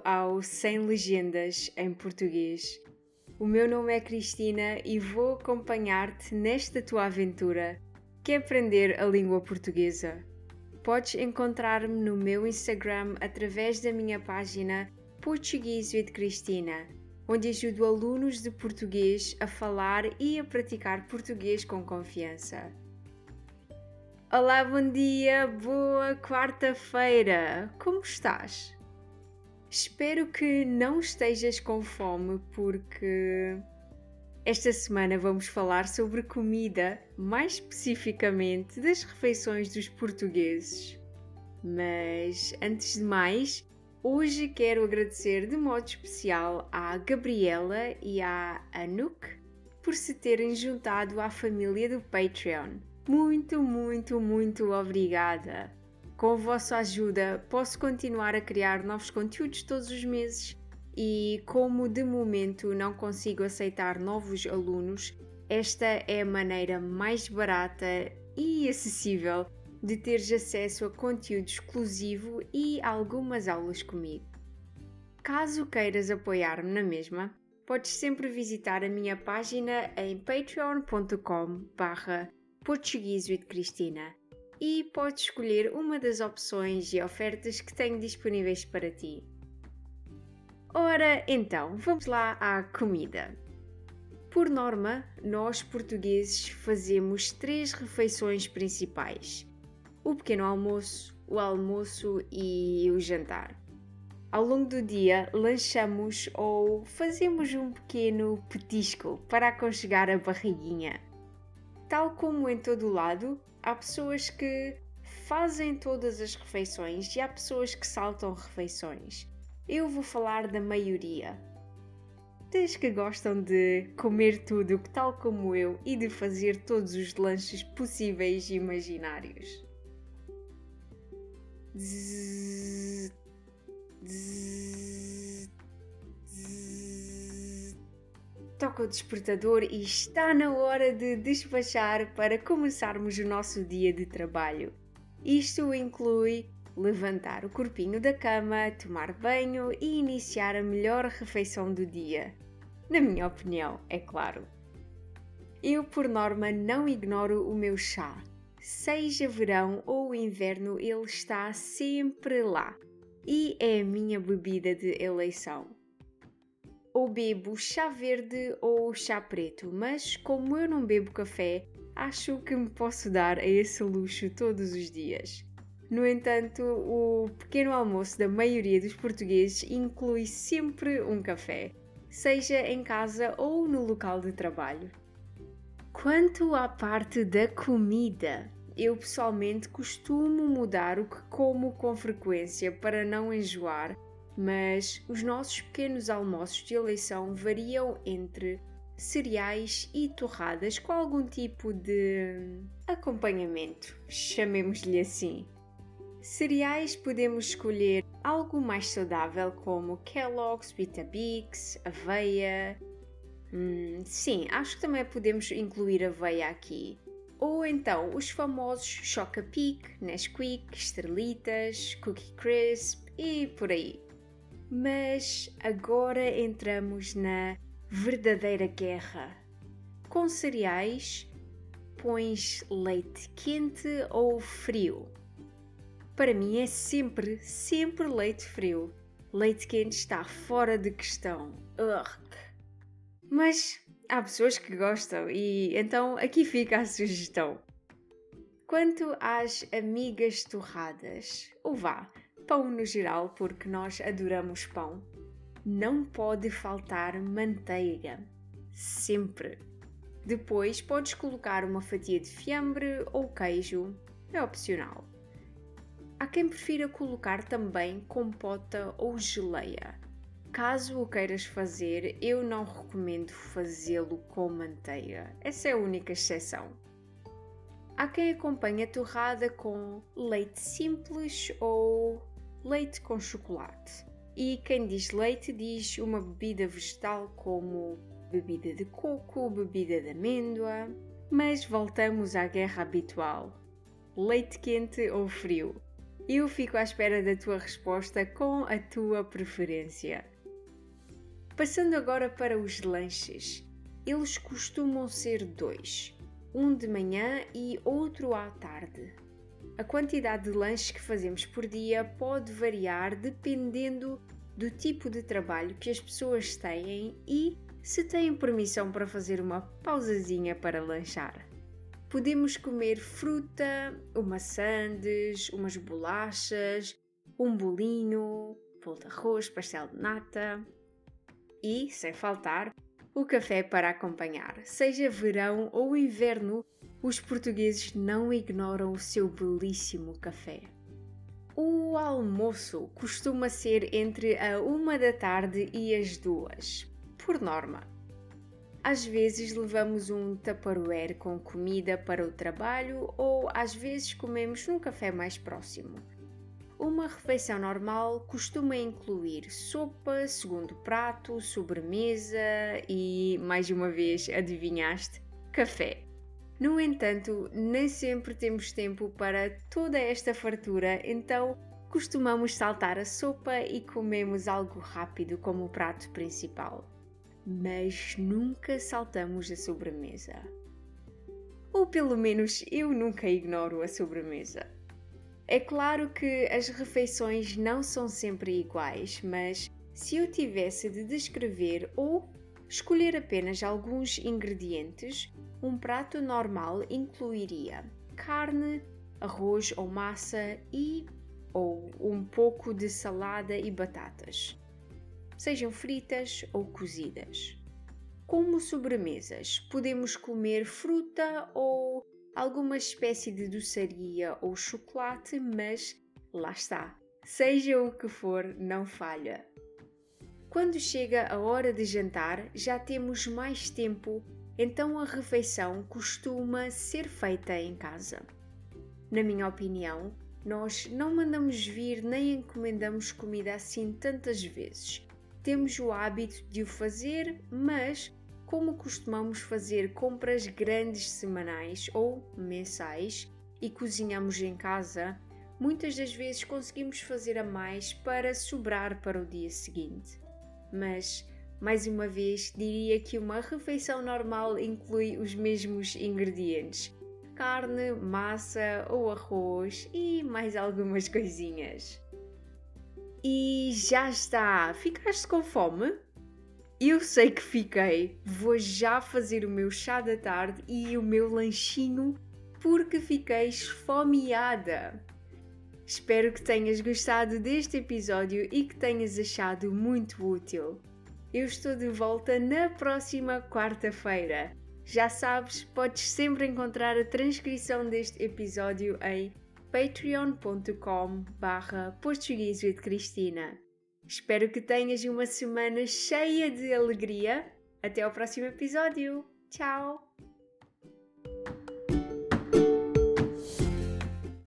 ao Sem Legendas em Português. O meu nome é Cristina e vou acompanhar-te nesta tua aventura, que é aprender a língua portuguesa. Podes encontrar-me no meu Instagram através da minha página Portuguese with Cristina, onde ajudo alunos de português a falar e a praticar português com confiança. Olá, bom dia, boa quarta-feira! Como estás? Espero que não estejas com fome porque esta semana vamos falar sobre comida, mais especificamente das refeições dos portugueses. Mas antes de mais, hoje quero agradecer de modo especial à Gabriela e à Anouk por se terem juntado à família do Patreon. Muito obrigada! Com a vossa ajuda, posso continuar a criar novos conteúdos todos os meses e, como de momento não consigo aceitar novos alunos, esta é a maneira mais barata e acessível de teres acesso a conteúdo exclusivo e algumas aulas comigo. Caso queiras apoiar-me na mesma, podes sempre visitar a minha página em patreon.com/portuguesewithcristina e podes escolher uma das opções e ofertas que tenho disponíveis para ti. Ora, então, vamos lá à comida. Por norma, nós portugueses fazemos 3 refeições principais: o pequeno almoço, o almoço e o jantar. Ao longo do dia, lanchamos ou fazemos um pequeno petisco para aconchegar a barriguinha. Tal como em todo o lado, há pessoas que fazem todas as refeições e há pessoas que saltam refeições. Eu vou falar da maioria. Das que gostam de comer tudo, tal como eu, e de fazer todos os lanches possíveis e imaginários. Toca o despertador e está na hora de despachar para começarmos o nosso dia de trabalho. Isto inclui levantar o corpinho da cama, tomar banho e iniciar a melhor refeição do dia. Na minha opinião, é claro. Eu, por norma, não ignoro o meu chá. Seja verão ou inverno, ele está sempre lá. E é a minha bebida de eleição. Ou bebo chá verde ou chá preto, mas como eu não bebo café, acho que me posso dar a esse luxo todos os dias. No entanto, o pequeno almoço da maioria dos portugueses inclui sempre um café, seja em casa ou no local de trabalho. Quanto à parte da comida, eu pessoalmente costumo mudar o que como com frequência para não enjoar, mas os nossos pequenos almoços de eleição variam entre cereais e torradas com algum tipo de acompanhamento, chamemos-lhe assim. Cereais podemos escolher algo mais saudável como Kellogg's, Weetabix, aveia. Sim, acho que também podemos incluir aveia aqui. Ou então os famosos Choca-Pic, Nesquik, Estrelitas, Cookie Crisp e por aí. Mas agora entramos na verdadeira guerra. Com cereais, pões leite quente ou frio? Para mim é sempre leite frio. Leite quente está fora de questão. Ugh. Mas há pessoas que gostam e então aqui fica a sugestão. Quanto às amigas torradas, ou vá, pão no geral, porque nós adoramos pão, não pode faltar manteiga. Sempre. Depois podes colocar uma fatia de fiambre ou queijo, é opcional. Há quem prefira colocar também compota ou geleia. Caso o queiras fazer, eu não recomendo fazê-lo com manteiga. Essa é a única exceção. Há quem acompanhe a torrada com leite simples ou leite com chocolate. E quem diz leite diz uma bebida vegetal como bebida de coco, bebida de amêndoa. Mas voltamos à guerra habitual. Leite quente ou frio? Eu fico à espera da tua resposta com a tua preferência. Passando agora para os lanches. Eles costumam ser 2, um de manhã e outro à tarde. A quantidade de lanches que fazemos por dia pode variar dependendo do tipo de trabalho que as pessoas têm e se têm permissão para fazer uma pausazinha para lanchar. Podemos comer fruta, uma sandes, umas bolachas, um bolinho, bolo de arroz, pastel de nata e, sem faltar, o café para acompanhar. Seja verão ou inverno, os portugueses não ignoram o seu belíssimo café. O almoço costuma ser entre a 1 da tarde e as 2, por norma. Às vezes levamos um tupperware com comida para o trabalho ou às vezes comemos num café mais próximo. Uma refeição normal costuma incluir sopa, segundo prato, sobremesa e, mais uma vez, adivinhaste, café. No entanto, nem sempre temos tempo para toda esta fartura, então costumamos saltar a sopa e comemos algo rápido como o prato principal. Mas nunca saltamos a sobremesa. Ou pelo menos eu nunca ignoro a sobremesa. É claro que as refeições não são sempre iguais, mas se eu tivesse de descrever ou escolher apenas alguns ingredientes, um prato normal incluiria carne, arroz ou massa ou um pouco de salada e batatas, sejam fritas ou cozidas. Como sobremesas, podemos comer fruta ou alguma espécie de doçaria ou chocolate, mas lá está, seja o que for, não falha. Quando chega a hora de jantar, já temos mais tempo, então a refeição costuma ser feita em casa. Na minha opinião, nós não mandamos vir nem encomendamos comida assim tantas vezes. Temos o hábito de o fazer, mas como costumamos fazer compras grandes semanais ou mensais e cozinhamos em casa, muitas das vezes conseguimos fazer a mais para sobrar para o dia seguinte. Mas, mais uma vez, diria que uma refeição normal inclui os mesmos ingredientes: carne, massa ou arroz e mais algumas coisinhas. E já está! Ficaste com fome? Eu sei que fiquei. Vou já fazer o meu chá da tarde e o meu lanchinho porque fiquei esfomeada. Espero que tenhas gostado deste episódio e que tenhas achado muito útil. Eu estou de volta na próxima quarta-feira. Já sabes, podes sempre encontrar a transcrição deste episódio em patreon.com/portuguesewithcristina. Espero que tenhas uma semana cheia de alegria. Até ao próximo episódio. Tchau!